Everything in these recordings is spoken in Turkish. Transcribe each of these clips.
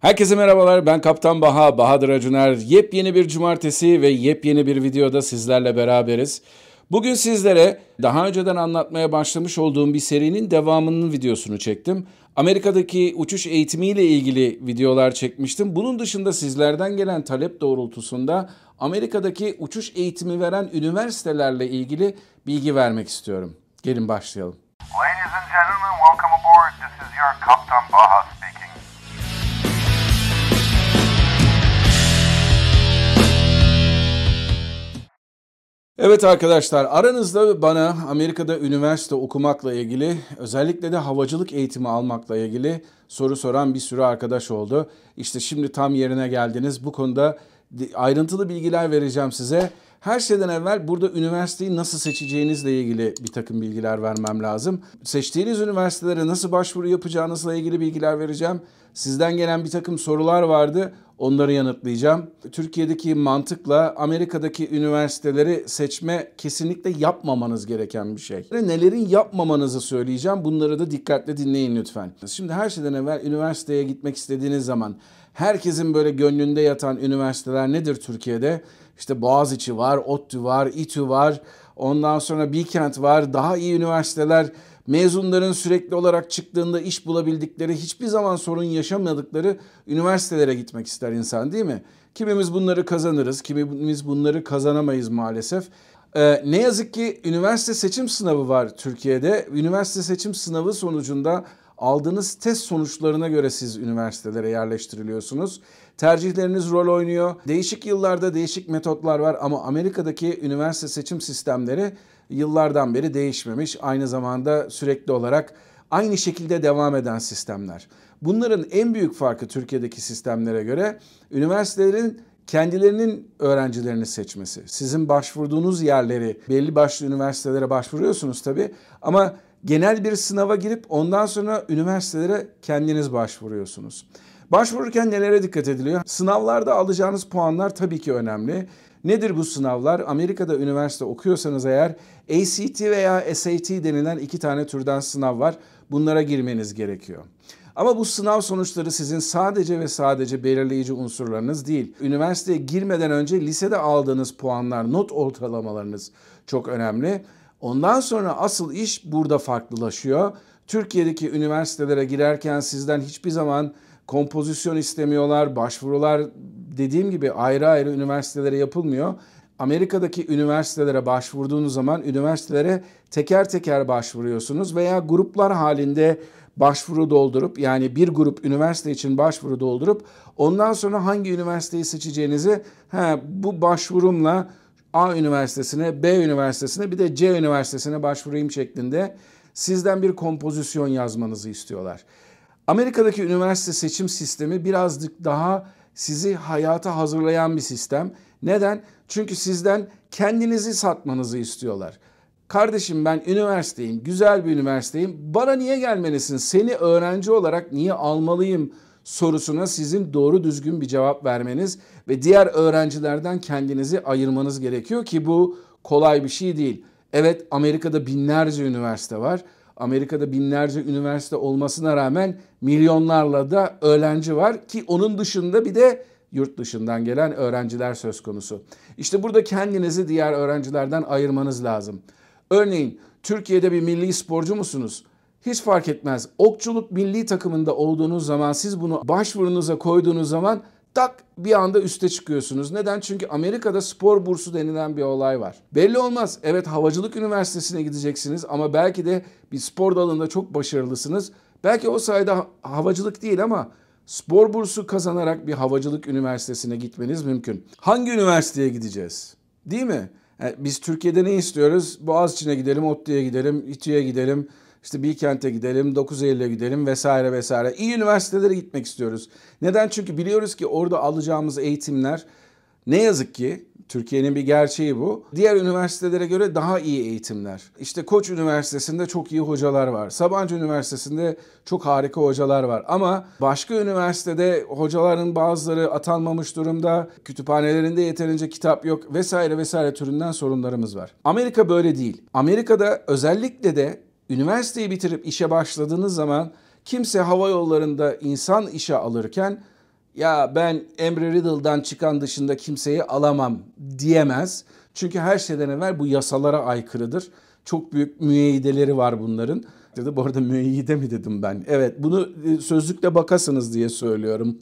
Herkese merhabalar, ben Kaptan Bahadır Acuner. Yepyeni bir cumartesi ve yepyeni bir videoda sizlerle beraberiz. Bugün sizlere daha önceden anlatmaya başlamış olduğum bir serinin devamının videosunu çektim. Amerika'daki uçuş eğitimiyle ilgili videolar çekmiştim. Bunun dışında sizlerden gelen talep doğrultusunda Amerika'daki uçuş eğitimi veren üniversitelerle ilgili bilgi vermek istiyorum. Gelin başlayalım. Ladies and gentlemen, welcome aboard. This is your Kaptan Baha speaking. Evet arkadaşlar, aranızda bana Amerika'da üniversite okumakla ilgili, özellikle de havacılık eğitimi almakla ilgili soru soran bir sürü arkadaş oldu. İşte şimdi tam yerine geldiniz. Bu konuda ayrıntılı bilgiler vereceğim size. Her şeyden evvel burada üniversiteyi nasıl seçeceğinizle ilgili bir takım bilgiler vermem lazım. Seçtiğiniz üniversitelere nasıl başvuru yapacağınızla ilgili bilgiler vereceğim. Sizden gelen bir takım sorular vardı. Onları yanıtlayacağım. Türkiye'deki mantıkla Amerika'daki üniversiteleri seçme kesinlikle yapmamanız gereken bir şey. Nelerin yapmamanızı söyleyeceğim. Bunları da dikkatle dinleyin lütfen. Şimdi her şeyden evvel üniversiteye gitmek istediğiniz zaman herkesin böyle gönlünde yatan üniversiteler nedir Türkiye'de? İşte Boğaziçi var, ODTÜ var, İTÜ var. Ondan sonra Bilkent var. Daha iyi üniversiteler, mezunların sürekli olarak çıktığında iş bulabildikleri, hiçbir zaman sorun yaşamadıkları üniversitelere gitmek ister insan, değil mi? Kimimiz bunları kazanırız, kimimiz bunları kazanamayız maalesef. Ne yazık ki üniversite seçim sınavı var Türkiye'de. Üniversite seçim sınavı sonucunda aldığınız test sonuçlarına göre siz üniversitelere yerleştiriliyorsunuz. Tercihleriniz rol oynuyor. Değişik yıllarda değişik metotlar var ama Amerika'daki üniversite seçim sistemleri yıllardan beri değişmemiş. Aynı zamanda sürekli olarak aynı şekilde devam eden sistemler. Bunların en büyük farkı Türkiye'deki sistemlere göre üniversitelerin kendilerinin öğrencilerini seçmesi. Sizin başvurduğunuz yerleri, belli başlı üniversitelere başvuruyorsunuz tabii ama genel bir sınava girip ondan sonra üniversitelere kendiniz başvuruyorsunuz. Başvururken nelere dikkat ediliyor? Sınavlarda alacağınız puanlar tabii ki önemli. Nedir bu sınavlar? Amerika'da üniversite okuyorsanız eğer ACT veya SAT denilen iki tane türden sınav var. Bunlara girmeniz gerekiyor. Ama bu sınav sonuçları sizin sadece ve sadece belirleyici unsurlarınız değil. Üniversiteye girmeden önce lisede aldığınız puanlar, not ortalamalarınız çok önemli. Ondan sonra asıl iş burada farklılaşıyor. Türkiye'deki üniversitelere girerken sizden hiçbir zaman kompozisyon istemiyorlar, başvurular dediğim gibi ayrı ayrı üniversitelere yapılmıyor. Amerika'daki üniversitelere başvurduğunuz zaman üniversitelere teker teker başvuruyorsunuz veya gruplar halinde başvuru doldurup, yani bir grup üniversite için başvuru doldurup ondan sonra hangi üniversiteyi seçeceğinizi bu başvurumla A üniversitesine, B üniversitesine, bir de C üniversitesine başvurayım şeklinde sizden bir kompozisyon yazmanızı istiyorlar. Amerika'daki üniversite seçim sistemi birazcık daha sizi hayata hazırlayan bir sistem. Neden? Çünkü sizden kendinizi satmanızı istiyorlar. Kardeşim ben üniversiteyim, güzel bir üniversiteyim. Bana niye gelmelisin? Seni öğrenci olarak niye almalıyım sorusuna sizin doğru düzgün bir cevap vermeniz ve diğer öğrencilerden kendinizi ayırmanız gerekiyor ki bu kolay bir şey değil. Evet, Amerika'da binlerce üniversite var. Amerika'da binlerce üniversite olmasına rağmen milyonlarla da öğrenci var ki onun dışında bir de yurt dışından gelen öğrenciler söz konusu. İşte burada kendinizi diğer öğrencilerden ayırmanız lazım. Örneğin Türkiye'de bir milli sporcu musunuz? Hiç fark etmez. Okçuluk milli takımında olduğunuz zaman, siz bunu başvurunuza koyduğunuz zaman tak bir anda üste çıkıyorsunuz. Neden? Çünkü Amerika'da spor bursu denilen bir olay var. Belli olmaz. Evet, havacılık üniversitesine gideceksiniz ama belki de bir spor dalında çok başarılısınız. Belki o sayede havacılık değil ama spor bursu kazanarak bir havacılık üniversitesine gitmeniz mümkün. Hangi üniversiteye gideceğiz? Değil mi? Biz Türkiye'de ne istiyoruz? Boğaziçi'ne gidelim, ODTÜ'ye gidelim, İTÜ'ye gidelim, işte Bilkent'e gidelim, 9 Eylül'e gidelim vesaire vesaire. İyi üniversitelere gitmek istiyoruz. Neden? Çünkü biliyoruz ki orada alacağımız eğitimler ne yazık ki Türkiye'nin bir gerçeği bu. Diğer üniversitelere göre daha iyi eğitimler. İşte Koç Üniversitesi'nde çok iyi hocalar var. Sabancı Üniversitesi'nde çok harika hocalar var. Ama başka üniversitede hocaların bazıları atanmamış durumda, kütüphanelerinde yeterince kitap yok vesaire vesaire türünden sorunlarımız var. Amerika böyle değil. Amerika'da özellikle de üniversiteyi bitirip işe başladığınız zaman kimse hava yollarında insan işe alırken ya ben Embry Riddle'dan çıkan dışında kimseyi alamam diyemez. Çünkü her şeyden evvel bu yasalara aykırıdır. Çok büyük müeyyideleri var bunların. Bu arada müeyyide mi dedim ben? Evet, bunu sözlükte bakasınız diye söylüyorum.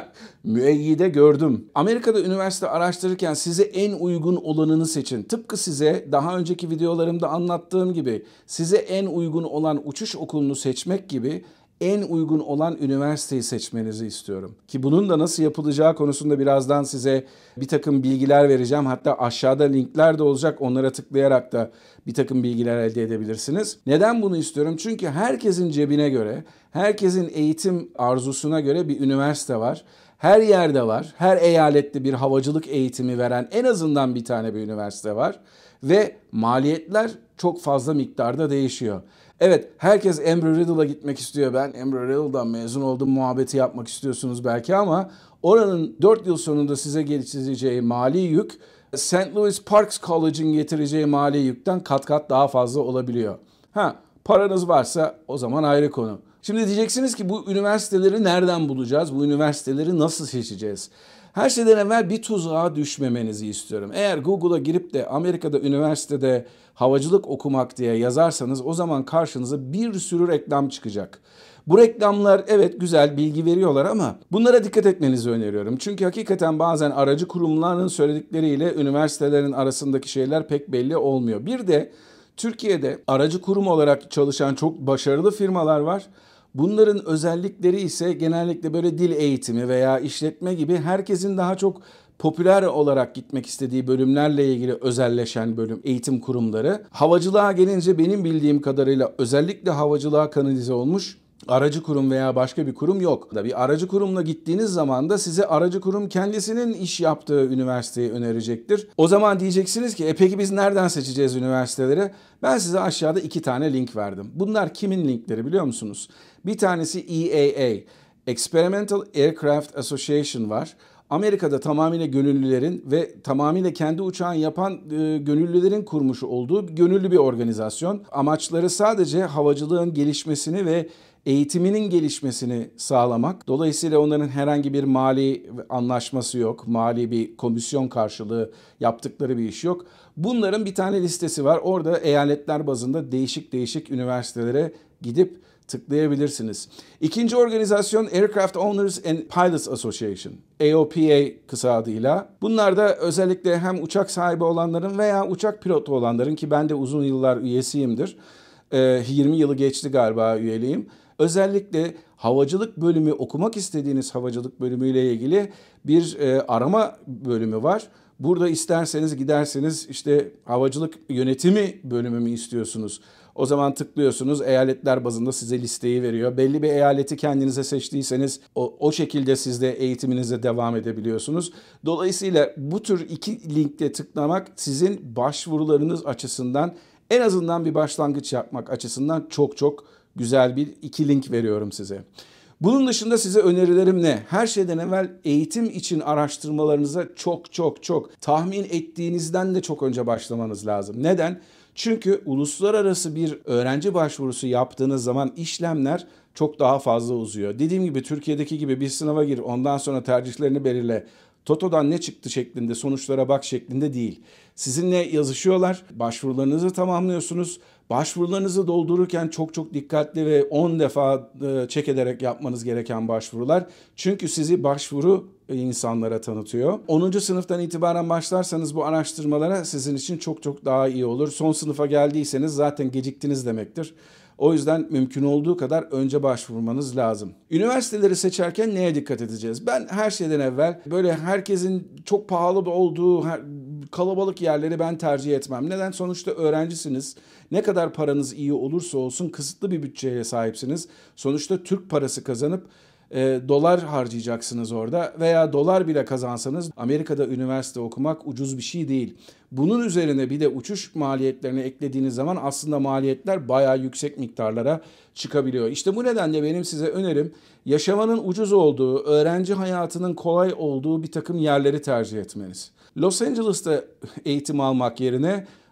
Müeyyide gördüm. Amerika'da üniversite araştırırken size en uygun olanını seçin. Tıpkı size daha önceki videolarımda anlattığım gibi size en uygun olan uçuş okulunu seçmek gibi en uygun olan üniversiteyi seçmenizi istiyorum. Ki bunun da nasıl yapılacağı konusunda birazdan size bir takım bilgiler vereceğim. Hatta aşağıda linkler de olacak. Onlara tıklayarak da bir takım bilgiler elde edebilirsiniz. Neden bunu istiyorum? Çünkü herkesin cebine göre, herkesin eğitim arzusuna göre bir üniversite var. Her yerde var. Her eyalette bir havacılık eğitimi veren en azından bir tane bir üniversite var. Ve maliyetler çok fazla miktarda değişiyor. Evet, herkes Embry Riddle'a gitmek istiyor. Ben Embry Riddle'dan mezun oldum muhabbeti yapmak istiyorsunuz belki ama oranın 4 yıl sonunda size getireceği mali yük St. Louis Parks College'in getireceği mali yükten kat kat daha fazla olabiliyor. Paranız varsa o zaman ayrı konu. Şimdi diyeceksiniz ki bu üniversiteleri nereden bulacağız? Bu üniversiteleri nasıl seçeceğiz? Her şeyden evvel bir tuzağa düşmemenizi istiyorum. Eğer Google'a girip de Amerika'da üniversitede havacılık okumak diye yazarsanız o zaman karşınıza bir sürü reklam çıkacak. Bu reklamlar evet güzel bilgi veriyorlar ama bunlara dikkat etmenizi öneriyorum. Çünkü hakikaten bazen aracı kurumların söyledikleriyle üniversitelerin arasındaki şeyler pek belli olmuyor. Bir de Türkiye'de aracı kurum olarak çalışan çok başarılı firmalar var. Bunların özellikleri ise genellikle böyle dil eğitimi veya işletme gibi herkesin daha çok popüler olarak gitmek istediği bölümlerle ilgili özelleşen bölüm eğitim kurumları. Havacılığa gelince benim bildiğim kadarıyla özellikle havacılığa kanalize olmuş aracı kurum veya başka bir kurum yok. Bir aracı kurumla gittiğiniz zaman da size aracı kurum kendisinin iş yaptığı üniversiteyi önerecektir. O zaman diyeceksiniz ki peki biz nereden seçeceğiz üniversiteleri? Ben size aşağıda 2 tane link verdim. Bunlar kimin linkleri biliyor musunuz? Bir tanesi EAA, Experimental Aircraft Association var. Amerika'da tamamıyla gönüllülerin ve tamamıyla kendi uçağını yapan gönüllülerin kurmuş olduğu gönüllü bir organizasyon. Amaçları sadece havacılığın gelişmesini ve eğitiminin gelişmesini sağlamak. Dolayısıyla onların herhangi bir mali anlaşması yok. Mali bir komisyon karşılığı yaptıkları bir iş yok. Bunların bir tane listesi var. Orada eyaletler bazında değişik değişik üniversitelere gidip tıklayabilirsiniz. İkinci organizasyon Aircraft Owners and Pilots Association, AOPA kısa adıyla. Bunlar da özellikle hem uçak sahibi olanların veya uçak pilotu olanların ki ben de uzun yıllar üyesiyimdir. 20 yılı geçti galiba üyeliğim. Özellikle havacılık bölümü okumak istediğiniz havacılık bölümüyle ilgili bir arama bölümü var. Burada isterseniz giderseniz işte havacılık yönetimi bölümü mü istiyorsunuz? O zaman tıklıyorsunuz, eyaletler bazında size listeyi veriyor. Belli bir eyaleti kendinize seçtiyseniz o şekilde siz de eğitiminize devam edebiliyorsunuz. Dolayısıyla bu tür 2 linkte tıklamak sizin başvurularınız açısından en azından bir başlangıç yapmak açısından çok çok güzel bir 2 link veriyorum size. Bunun dışında size önerilerim ne? Her şeyden evvel eğitim için araştırmalarınıza çok tahmin ettiğinizden de çok önce başlamanız lazım. Neden? Çünkü uluslararası bir öğrenci başvurusu yaptığınız zaman işlemler çok daha fazla uzuyor. Dediğim gibi Türkiye'deki gibi bir sınava gir, ondan sonra tercihlerini belirle. Toto'dan ne çıktı şeklinde, sonuçlara bak şeklinde değil. Sizinle yazışıyorlar, başvurularınızı tamamlıyorsunuz. Başvurularınızı doldururken çok dikkatli ve 10 defa check ederek yapmanız gereken başvurular. Çünkü sizi başvuru insanlara tanıtıyor. 10. sınıftan itibaren başlarsanız bu araştırmalara sizin için çok daha iyi olur. Son sınıfa geldiyseniz zaten geciktiniz demektir. O yüzden mümkün olduğu kadar önce başvurmanız lazım. Üniversiteleri seçerken neye dikkat edeceğiz? Ben her şeyden evvel böyle herkesin çok pahalı olduğu kalabalık yerleri ben tercih etmem. Neden? Sonuçta öğrencisiniz. Ne kadar paranız iyi olursa olsun kısıtlı bir bütçeye sahipsiniz. Sonuçta Türk parası kazanıp dolar harcayacaksınız orada veya dolar bile kazansanız Amerika'da üniversite okumak ucuz bir şey değil. Bunun üzerine bir de uçuş maliyetlerini eklediğiniz zaman aslında maliyetler bayağı yüksek miktarlara çıkabiliyor. İşte bu nedenle benim size önerim yaşamanın ucuz olduğu, öğrenci hayatının kolay olduğu bir takım yerleri tercih etmeniz. Los Angeles'ta eğitim almak yerine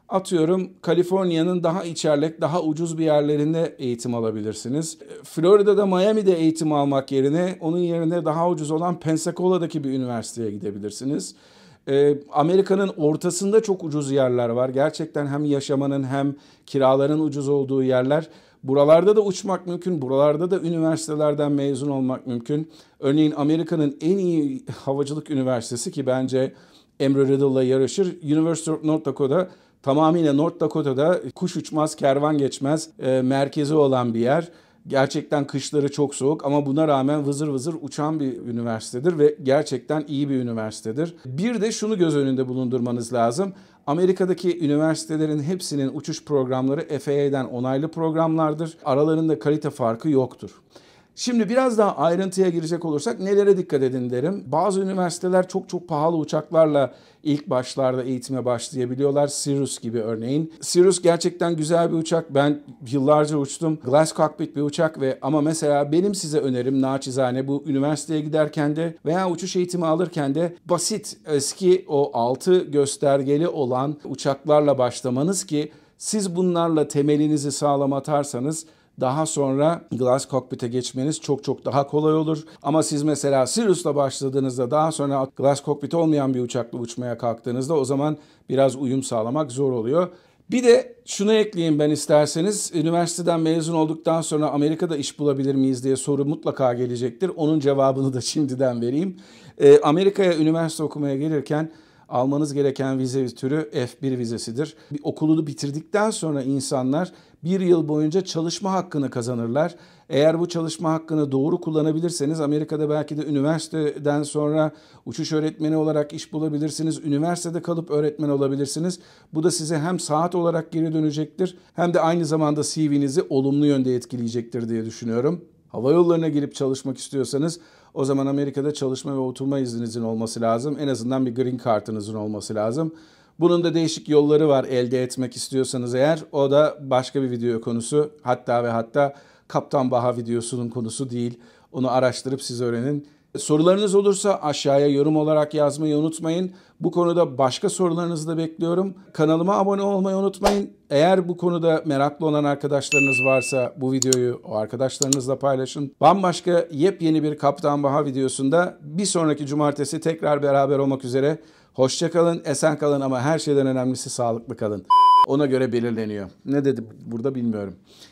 Atıyorum Kaliforniya'nın daha içerlek, daha ucuz bir yerlerinde eğitim alabilirsiniz. Florida'da, Miami'de eğitim almak yerine onun yerine daha ucuz olan Pensacola'daki bir üniversiteye gidebilirsiniz. Amerika'nın ortasında çok ucuz yerler var. Gerçekten hem yaşamanın hem kiraların ucuz olduğu yerler. Buralarda da uçmak mümkün. Buralarda da üniversitelerden mezun olmak mümkün. Örneğin Amerika'nın en iyi havacılık üniversitesi ki bence Embry-Riddle'la yarışır. University of North Dakota tamamıyla North Dakota'da kuş uçmaz, kervan geçmez merkezi olan bir yer. Gerçekten kışları çok soğuk ama buna rağmen vızır vızır uçan bir üniversitedir ve gerçekten iyi bir üniversitedir. Bir de şunu göz önünde bulundurmanız lazım. Amerika'daki üniversitelerin hepsinin uçuş programları FAA'den onaylı programlardır. Aralarında kalite farkı yoktur. Şimdi biraz daha ayrıntıya girecek olursak nelere dikkat edin derim. Bazı üniversiteler çok pahalı uçaklarla ilk başlarda eğitime başlayabiliyorlar. Cirrus gibi örneğin. Cirrus gerçekten güzel bir uçak. Ben yıllarca uçtum. Glass cockpit bir uçak ama mesela benim size önerim naçizane bu üniversiteye giderken de veya uçuş eğitimi alırken de basit eski o 6 göstergeli olan uçaklarla başlamanız ki siz bunlarla temelinizi sağlam atarsanız daha sonra Glass Cockpit'e geçmeniz çok daha kolay olur. Ama siz mesela Cirrus'la başladığınızda daha sonra Glass Cockpit olmayan bir uçakla uçmaya kalktığınızda o zaman biraz uyum sağlamak zor oluyor. Bir de şunu ekleyeyim ben isterseniz. Üniversiteden mezun olduktan sonra Amerika'da iş bulabilir miyiz diye soru mutlaka gelecektir. Onun cevabını da şimdiden vereyim. Amerika'ya üniversite okumaya gelirken almanız gereken vize türü F1 vizesidir. Bir okulunu bitirdikten sonra insanlar bir yıl boyunca çalışma hakkını kazanırlar. Eğer bu çalışma hakkını doğru kullanabilirseniz Amerika'da belki de üniversiteden sonra uçuş öğretmeni olarak iş bulabilirsiniz. Üniversitede kalıp öğretmen olabilirsiniz. Bu da size hem saat olarak geri dönecektir hem de aynı zamanda CV'nizi olumlu yönde etkileyecektir diye düşünüyorum. Hava yollarına girip çalışmak istiyorsanız o zaman Amerika'da çalışma ve oturma izninizin olması lazım. En azından bir green card'ınızın olması lazım. Bunun da değişik yolları var elde etmek istiyorsanız eğer. O da başka bir video konusu. Hatta Kaptan Baha videosunun konusu değil. Onu araştırıp siz öğrenin. Sorularınız olursa aşağıya yorum olarak yazmayı unutmayın. Bu konuda başka sorularınızı da bekliyorum. Kanalıma abone olmayı unutmayın. Eğer bu konuda meraklı olan arkadaşlarınız varsa bu videoyu o arkadaşlarınızla paylaşın. Bambaşka yepyeni bir Kaptan Baha videosunda bir sonraki cumartesi tekrar beraber olmak üzere. Hoşça kalın, esen kalın ama her şeyden önemlisi sağlıklı kalın. Ona göre belirleniyor. Ne dedi burada bilmiyorum.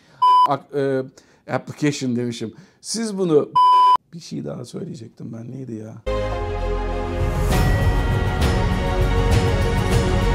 Application demişim. Siz bunu... Bir şey daha söyleyecektim ben. Neydi ya?